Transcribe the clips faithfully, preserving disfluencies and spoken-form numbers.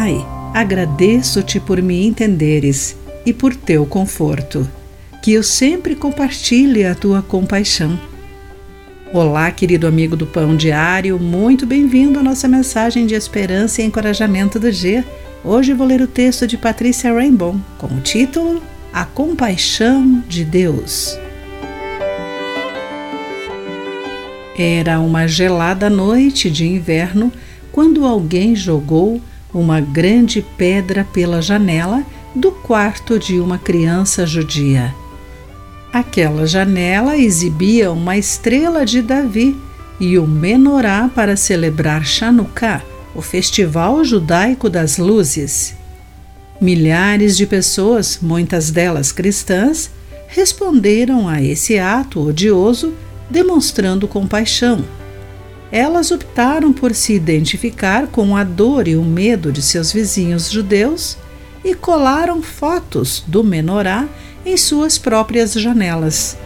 Pai, agradeço-te por me entenderes e por teu conforto, que eu sempre compartilhe a tua compaixão. Olá, querido amigo do Pão Diário, muito bem-vindo à nossa mensagem de esperança e encorajamento do dia. Hoje vou ler o texto de Patrícia Rainbow, com o título A Compaixão de Deus. Era uma gelada noite de inverno quando alguém jogou uma grande pedra pela janela do quarto de uma criança judia. Aquela janela exibia uma estrela de Davi e o menorá para celebrar Chanukah, o festival judaico das luzes. Milhares de pessoas, muitas delas cristãs, responderam a esse ato odioso demonstrando compaixão. Elas optaram por se identificar com a dor e o medo de seus vizinhos judeus e colaram fotos do menorá em suas próprias janelas.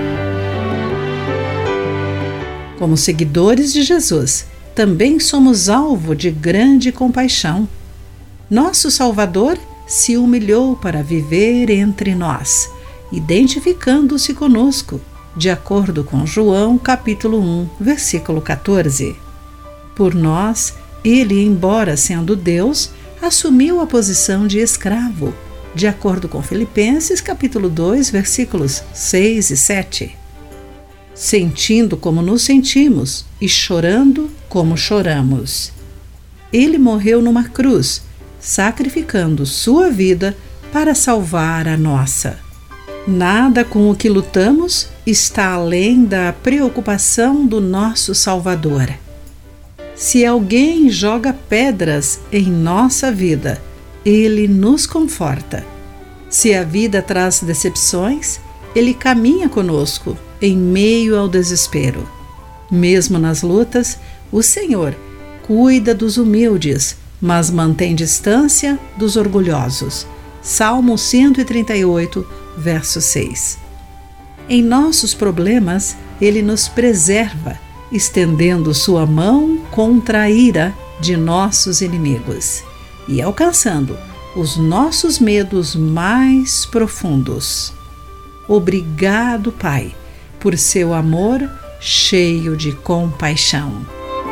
Como seguidores de Jesus, também somos alvo de grande compaixão. Nosso Salvador se humilhou para viver entre nós, identificando-se conosco, de acordo com João capítulo um, versículo catorze. Por nós, ele, embora sendo Deus, assumiu a posição de escravo, de acordo com Filipenses capítulo dois, versículos seis e sete. Sentindo como nos sentimos e chorando como choramos. Ele morreu numa cruz, sacrificando sua vida para salvar a nossa. Nada com o que lutamos está além da preocupação do nosso Salvador. Se alguém joga pedras em nossa vida, ele nos conforta. Se a vida traz decepções, ele caminha conosco em meio ao desespero. Mesmo nas lutas, o Senhor cuida dos humildes, mas mantém distância dos orgulhosos. Salmo cento e trinta e oito, verso seis. Em nossos problemas, ele nos preserva, estendendo sua mão contra a ira de nossos inimigos e alcançando os nossos medos mais profundos. Obrigado, Pai, por seu amor cheio de compaixão.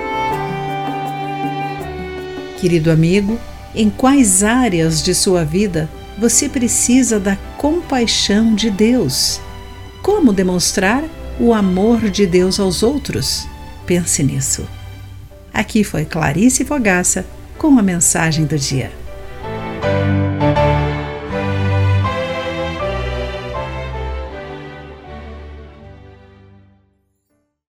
Querido amigo, em quais áreas de sua vida você precisa da compaixão de Deus? Como demonstrar o amor de Deus aos outros? Pense nisso. Aqui foi Clarice Fogaça com a mensagem do dia.